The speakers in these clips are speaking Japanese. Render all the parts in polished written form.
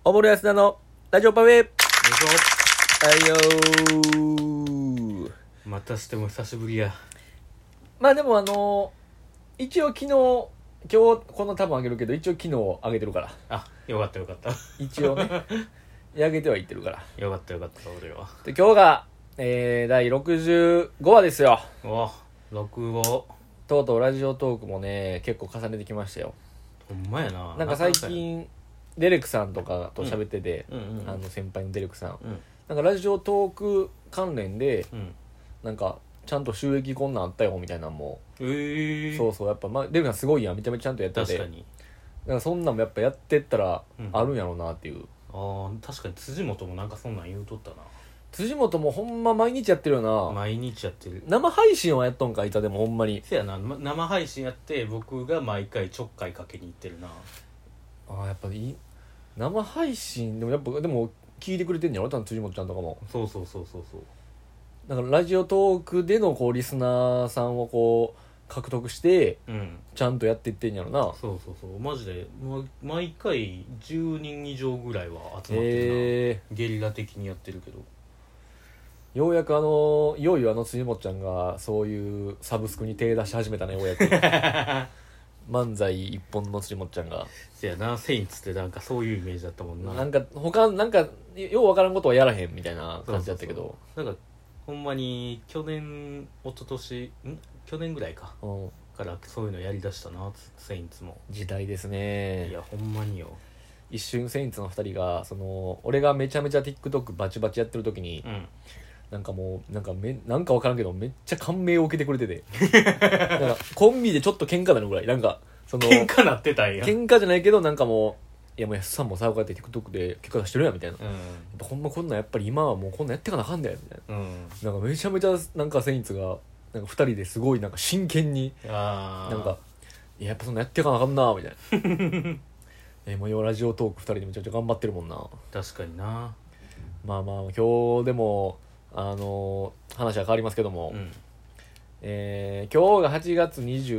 おぼろやすなのラジオパフェ。 よいしはいよー。 ょ。またしても久しぶりや。 まあでも一応昨日今日この多分あげるけど一応昨日あげてるからあ、よかったよかった一応ねあげてはいってるからよかったよかった俺は。 で今日が、第65話ですよ。 お、録音。 とうとうラジオトークもね結構重ねてきましたよ。 ほんまやな。 なんか最近デレクさんとかと喋ってて、先輩のデレクさん、 うんなんかラジオトーク関連でうん。 なんかちゃんと収益こんなんあったよみたいなのも、 そうそうやっぱ、デレクさんすごいやん、めちゃめちゃちゃんとやってて、 確かに。 だからそんなんもやっぱやってったらうんあるんやろうなっていう、 ああ、確かに辻元もなんかそんなん言うとったな。 辻元もほんま毎日やってるよな。 毎日やってる。 生配信はやっとんかいた。でもほんまにせやな、生配信やって僕が毎回ちょっかいかけに行ってるな。 やっぱいい生配信でもやっぱでも聞いてくれてんねやろ、多分辻元ちゃんとかも。 そうそうそうそうそう。 だからラジオトークでのこうリスナーさんをこう獲得してうん。 ちゃんとやっていってんやろな。 そうそうそう。マジで、毎回10人以上ぐらいは集まってるな。ゲリラ的にやってるけど。 ようやくいよいよ辻元ちゃんがそういうサブスクに手出し始めたね、ようやく漫才一本の辻元ちゃんが。 せやな、セインツってなんかそういうイメージだったもんな。 なんか他なんかようわからんことはやらへんみたいな感じだったけど、 なんかほんまに去年ぐらいかうん、 からそういうのやりだしたな、セインツも。 時代ですいね。 やほんまによ。 一瞬セインツの2人が俺がめちゃめちゃ TikTok バチバチやってる時に、 うんなんかもうなんか分からんけどめっちゃ感銘を受けてくれててなんかコンビでちょっと喧嘩なるぐらい、なんか喧嘩なってたんや。 喧嘩じゃないけどなんかもう、いやもう安さんもさこうやって TikTok で結果出してるやんみたいな、やっぱほんまこんなんやっぱり今はもうこんなんやってかなあかんだよみたいうんな、なんかめちゃめちゃなんかセインツがなんか2人ですごいなんか真剣にあなんかいややっぱそんなんやってかなあかんなみたいなもうラジオトーク2人でめちゃめちゃ頑張ってるもんな。 確かにな。 まあ今日でも話は変わりますけども、 うん今日が8月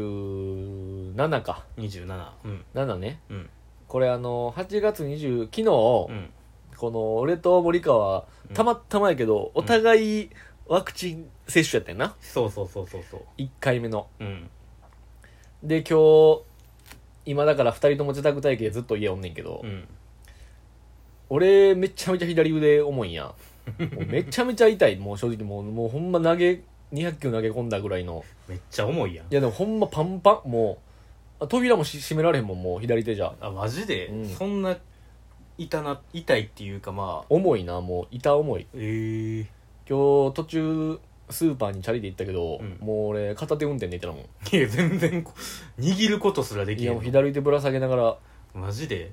27か 27。うん 7ね。 うんこれ8月20昨日、 うんこの俺と森川たまたまやけど、お互いワクチン接種やったよな、 そうそうそうそうそう。 1回目の。 うんで今日今だから2人とも自宅待機でずっと家おんねんけど、 うん俺めちゃめちゃ左腕重いんやもうめちゃめちゃ痛い。もう正直もうほんま200球投げ込んだぐらいの。 めっちゃ重いやん。 いやでもほんまパンパン、もう扉も閉められへんもん、もう左手じゃ。 あ、マジで、 うんそんな痛いっていうか、まあ重いな、もう板重い。 今今日途中スーパーにチャリで行ったけど、 うんもう俺片手運転で行ってたもん。 いや全然握ることすらできへんの。 いやもう左手ぶら下げながらマジで。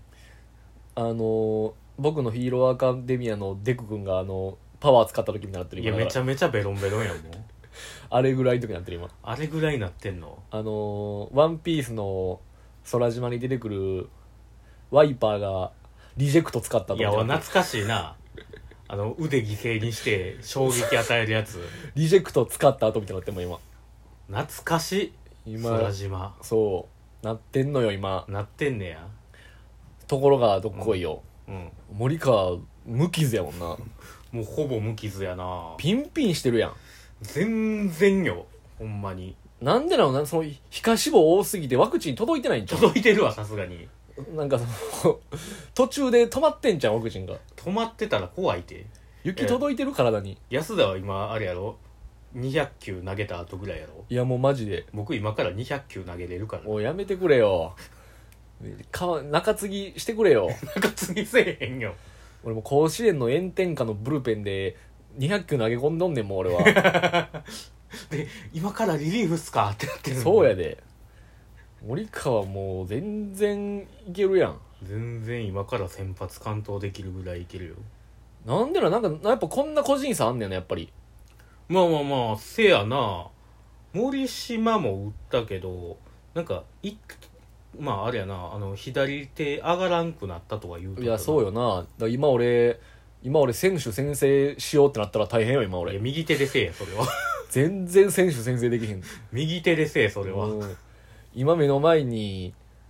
僕のヒーローアカデミアのデク君がパワー使った時になってるいやめちゃめちゃベロンベロンやんもう。 あれぐらいの時になってる今。 あれぐらいになってんの。 ワンピースの空島に出てくるワイパーがリジェクト使ったいや時になってる。 懐かしいな。腕犠牲にして衝撃与えるやつ。 リジェクト使った後みたいになってんもん今。 懐かしい。 今空島そうなってんのよ今。 なってんねや。 ところがどっこいよ、 うん森川無傷やもんな。 もうほぼ無傷やな。 ピンピンしてるやん。 全然よほんまに。 なんでなの、皮下脂肪多すぎてワクチン届いてないんちゃ届いてるわさすがに。 う。なんか途中で止まってんじゃん、ワクチンが。 止まってたら怖いて。 雪届いてる体に。 安田は今あれやろ、200球投げた後ぐらいやろ。 いやもうマジで僕今から200球投げれるから。 もうやめてくれよ。中継ぎしてくれよ。 なんか次せえへんよ。 俺もう甲子園の炎天下のブルペンで200球投げ込んどんねんもん俺はで今からリリーフっすかってなってるの。 そうやで。森川もう全然いけるやん。 全然今から先発完投できるぐらいいけるよ。 なんでなんかやっぱこんな個人差あんねんなやっぱり。 まあせやな。森島も打ったけどなんかまああれやな、左手上がらんくなったとは言うとったな。 いやそうよな。だから今俺選手宣誓しようってなったら大変よ今いや俺。 右手でせえやそれは全然選手宣誓できへん。 右手でせえそれは。 うん今目の前に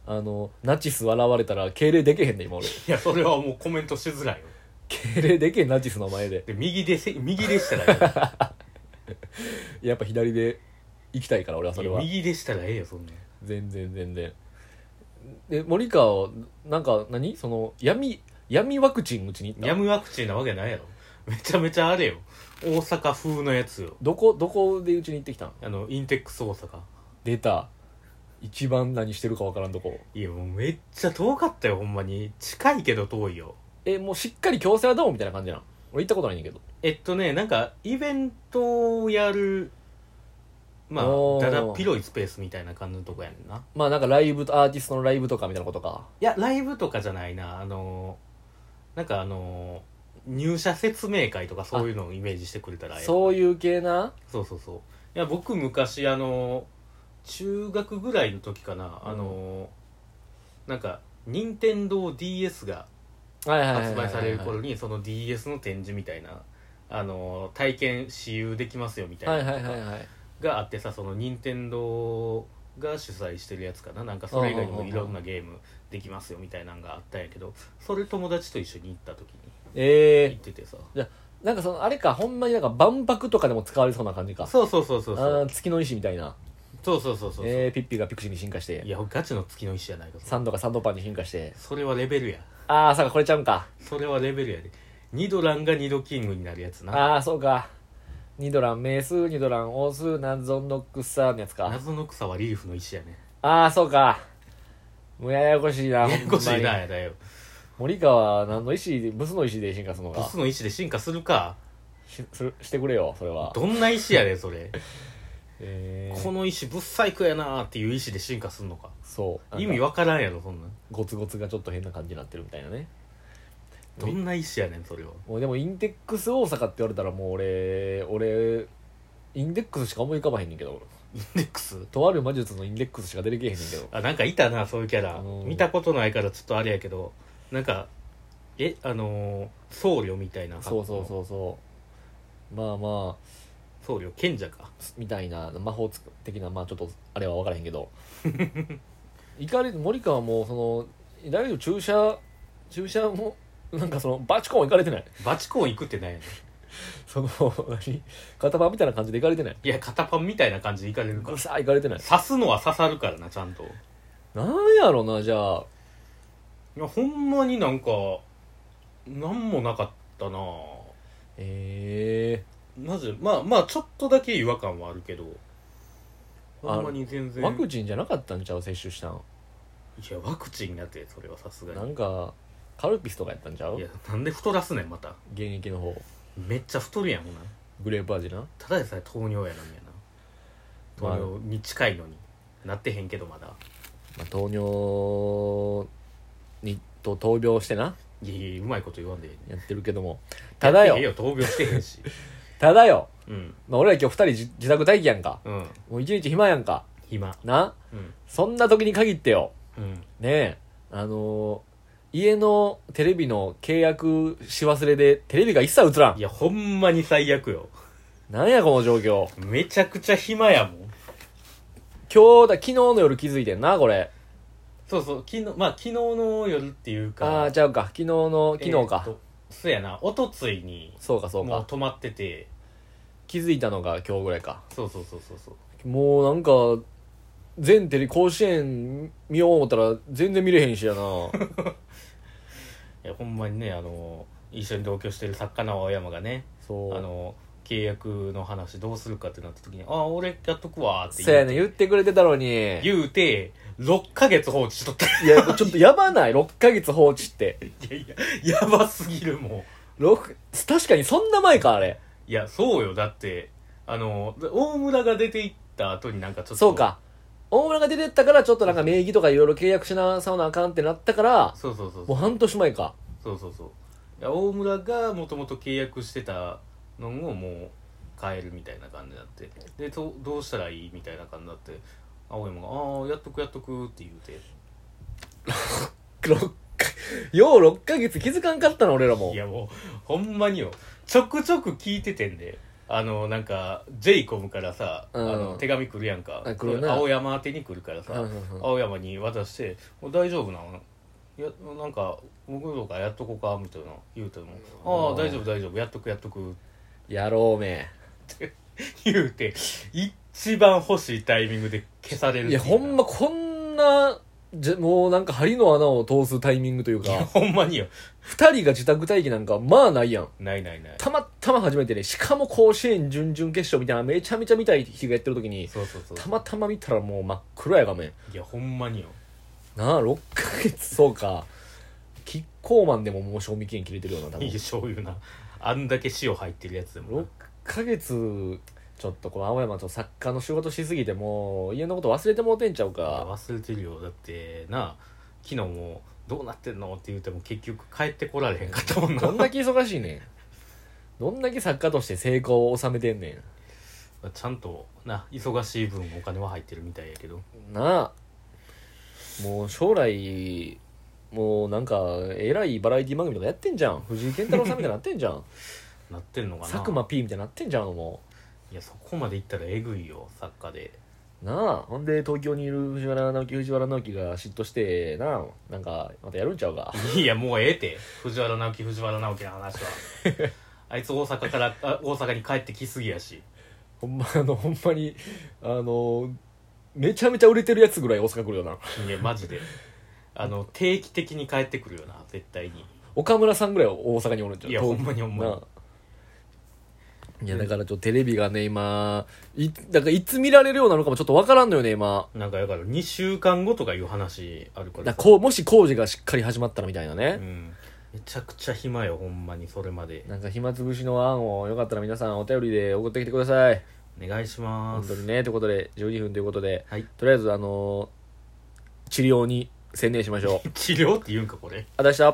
ナチス現れたら敬礼できへんね今俺。 いやそれはもうコメントしづらいよ。 敬礼できへんナチスの前で。 で右でしたらえやっぱ左で行きたいから俺はえよ。 それは。 右でしたらええよそんなん。 全然。で森川なんかその闇ワクチン打ちに行った。 闇ワクチンなわけないやろ。めちゃめちゃあれよ。大阪風のやつよ。 どこで打ちに行ってきたん？ インテックス大阪。 出た。一番何してるかわからんとこ。 いやもうめっちゃ遠かったよほんまに。近いけど遠いよ。 もうしっかり京セラドームみたいな感じなの？俺行ったことないねんけど。 なんかイベントをやるまおーあだだっ広いスペースみたいな感じのとこやねんな。 まあなんかライブとアーティストのライブとかみたいなことか。 いやライブとかじゃないな。なんか入社説明会とかそういうのをイメージしてくれたらそういう系な。 そういや僕昔中学ぐらいの時かな、なんか任天堂 DS が発売される頃にその DS の展示みたいな体験私有できますよみたいなのがあってさ、その任天堂が主催してるやつかな、なんかそれ以外にもいろんなゲームできますよみたいなのがあったんやけど、それ友達と一緒に行った時に行っててさ、 じゃなんかあれか、ほんまになんか万博とかでも使われそうな感じか。 そう月の石みたいな。 そうピッピがピクシーに進化して、 いやガチの月の石じゃないか、 サンドがサンドパンに進化して、 それはレベルや。 そうか、これちゃうんか。 それはレベルやで。ニドランがニドキングになるやつな。 そうか。ニドランメス、ニドランオス、謎の草のやつか。 謎の草はリーフの石やね。 そうか。もうややこしいな。 ややこしいなやだよ。 森川何の石で、ブスの石で進化するのか。 ブスの石で進化するか。 してくれよ、それは。 どんな石やねんそれ。 この石ブッサイクやなーっていう石で進化するのか。 そう意味わからんやろそんなん。 ゴツゴツがちょっと変な感じになってるみたいなね。 どんな石やねんそれは。 もうでもインテックス大阪って言われたらもう俺インデックスしか思い浮かばへんねんけど。 インデックスとある魔術のインデックスしか出てけへんねんけど。 なんかいたなそういうキャラ。見たことないからちょっとあれやけど、なんか僧侶みたいな。 そうまあ僧侶賢者かみたいな魔法的な、ちょっとあれは分からへんけど森川もだいぶ注射もなんかバチコン行かれてない？ バチコン行くってないやね肩パンみたいな感じで行かれてない？ いや肩パンみたいな感じで行かれるから。 行かれてない？ 刺すのは刺さるからなちゃんと。 なんやろなじゃあ。 いやほんまになんかなんもなかったな。なぜまあちょっとだけ違和感はあるけど、ほんまに全然。 ワクチンじゃなかったんちゃう？接種したん。 いやワクチンやってそれはさすがに。 なんかカルピスとかやったんちゃう？ いやなんで太らすねんまた。 現役の方めっちゃ太るやんほな。 グレープ味な。 ただでさえ糖尿やのにやな。糖尿に近いのになってへんけどまだ。 糖尿に闘病してな。 いやうまいこと言わんでやってるけども、ただよ闘病してへんし。 ただよ、 うん俺ら今日2人自宅待機やんか、もう一日暇やんか。 暇な、そんな時に限ってよ、ねえ家のテレビの契約し忘れでテレビが一切映らん。 いやほんまに最悪よ。 なんやこの状況。 めちゃくちゃ暇やもん。 昨日の夜気づいてんなこれ。 そう昨日の夜っていうか。 ちゃうか、昨日か。 そうやな、おとついにそうかもう泊まってて気づいたのが今日ぐらいか。 そうもうなんか全テレ甲子園見よう思ったら全然見れへんしやな。 いやほんまにね一緒に同居してる作家の青山がね、契約の話どうするかってなった時に俺やっとくわって言ってくれてたのに言うて6ヶ月放置しとった。 いやちょっとやばない6ヶ月放置って。 いややばすぎるもん。確かにそんな前かあれ。 いやそうよ。だって大村が出て行った後になんかちょっと。 そうか、大村が出てったからちょっとなんか名義とかいろいろ契約しなさなあかんってなったから。 そうもう半年前か。 そういや大村がもともと契約してたのをもう変えるみたいな感じになって、でどうしたらいいみたいな感じになって、青山がやっとくって言うてよう6ヶ月気づかんかったの俺らも。 いやもうほんまによ、ちょくちょく聞いててんで、 なんか J コムからさ、手紙来るやんか。 来るな。 青山宛てに来るからさ、青山に渡して「大丈夫なの？いやなんか僕とかやっとこうか」みたいな言うても「ああ大丈夫大丈夫やっとくやっとく」 やろうめって言うて一番欲しいタイミングで消されるっていやほんまこんなもうなんか針の穴を通すタイミングというかほんまによ。 2人が自宅待機なんかまあないやん。 ないないない。 たまたま初めてね、しかも甲子園準々決勝みたいなめちゃめちゃ見たい日がやってる時にそうそうそうたまたま見たらもう真っ暗や画面。 いやほんまによ。 なあ6ヶ月そうかキッコーマンでももう賞味期限切れてるような多分いい醤油な。あんだけ塩入ってるやつでも 6ヶ月ちょっとこの青山と作家の仕事しすぎてもう家のこと忘れてもうてんちゃうか。 忘れてるよ。だってな昨日もどうなってんのって言っても結局帰ってこられへんかったもんな。 どんだけ忙しいねん。どんだけ作家として成功を収めてんねちゃんとな忙しい分お金は入ってるみたいやけどんなあ。もう将来もうなんかえらいバラエティ番組とかやってんじゃん。藤井健太郎さんみたいになってんじゃん。 なってんのかな。 佐久間 P みたいになってんじゃんもいやそこまでいったらえぐいよ作家で。 うなあ。ほんで東京にいる藤原直樹が嫉妬してなあなんかまたやるんちゃうか。 いやもうええて藤原直樹の話はあいつ大阪に帰ってきすぎやし。 ほんまにめちゃめちゃ売れてるやつぐらい大阪来るよな。 いやマジで定期的に帰ってくるよな絶対に。 岡村さんぐらい大阪におるんちゃう。 いやほんまにほんまに。 いやだからちょっとテレビがね今だからいつ見られるようなのかもちょっとわからんのよね今。 なんかだから2週間後とかいう話あるからだからもし工事がしっかり始まったらみたいなね、 めちゃくちゃ暇よほんまにそれまで。 なんか暇つぶしの案をよかったら皆さんお便りで送ってきてください。 お願いします。 本当にねということで12分ということで、 はい、 とりあえず治療に専念しましょう。 治療って言うんかこれ。 あ、出した。